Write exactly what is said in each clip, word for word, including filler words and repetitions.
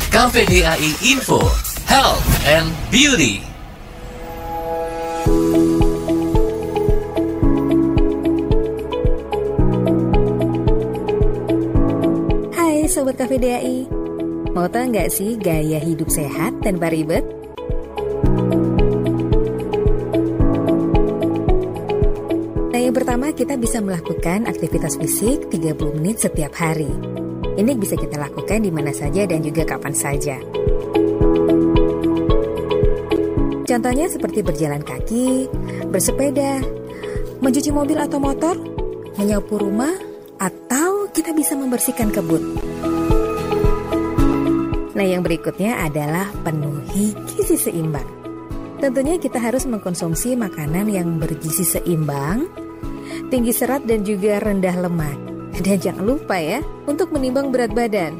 K V D A I Info, Health and Beauty. Hai Sobat K V D A I, mau tahu nggak sih gaya hidup sehat tanpa ribet? Nah, yang pertama kita bisa melakukan aktivitas fisik tiga puluh menit setiap hari. Ini bisa kita lakukan di mana saja dan juga kapan saja. Contohnya seperti berjalan kaki, bersepeda, mencuci mobil atau motor, menyapu rumah, atau kita bisa membersihkan kebun. Nah, yang berikutnya adalah penuhi gizi seimbang. Tentunya kita harus mengkonsumsi makanan yang bergizi seimbang, tinggi serat dan juga rendah lemak. Dan jangan lupa ya, untuk menimbang berat badan.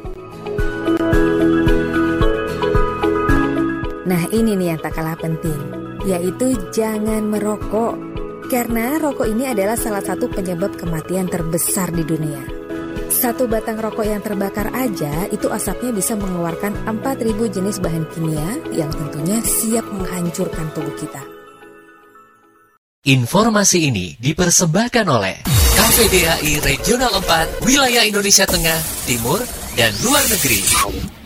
Nah, ini nih yang tak kalah penting, yaitu jangan merokok. Karena rokok ini adalah salah satu penyebab kematian terbesar di dunia. Satu batang rokok yang terbakar aja, itu asapnya bisa mengeluarkan empat ribu jenis bahan kimia yang tentunya siap menghancurkan tubuh kita. Informasi ini dipersembahkan oleh K V D A I Regional empat, Wilayah Indonesia Tengah, Timur, dan Luar Negeri.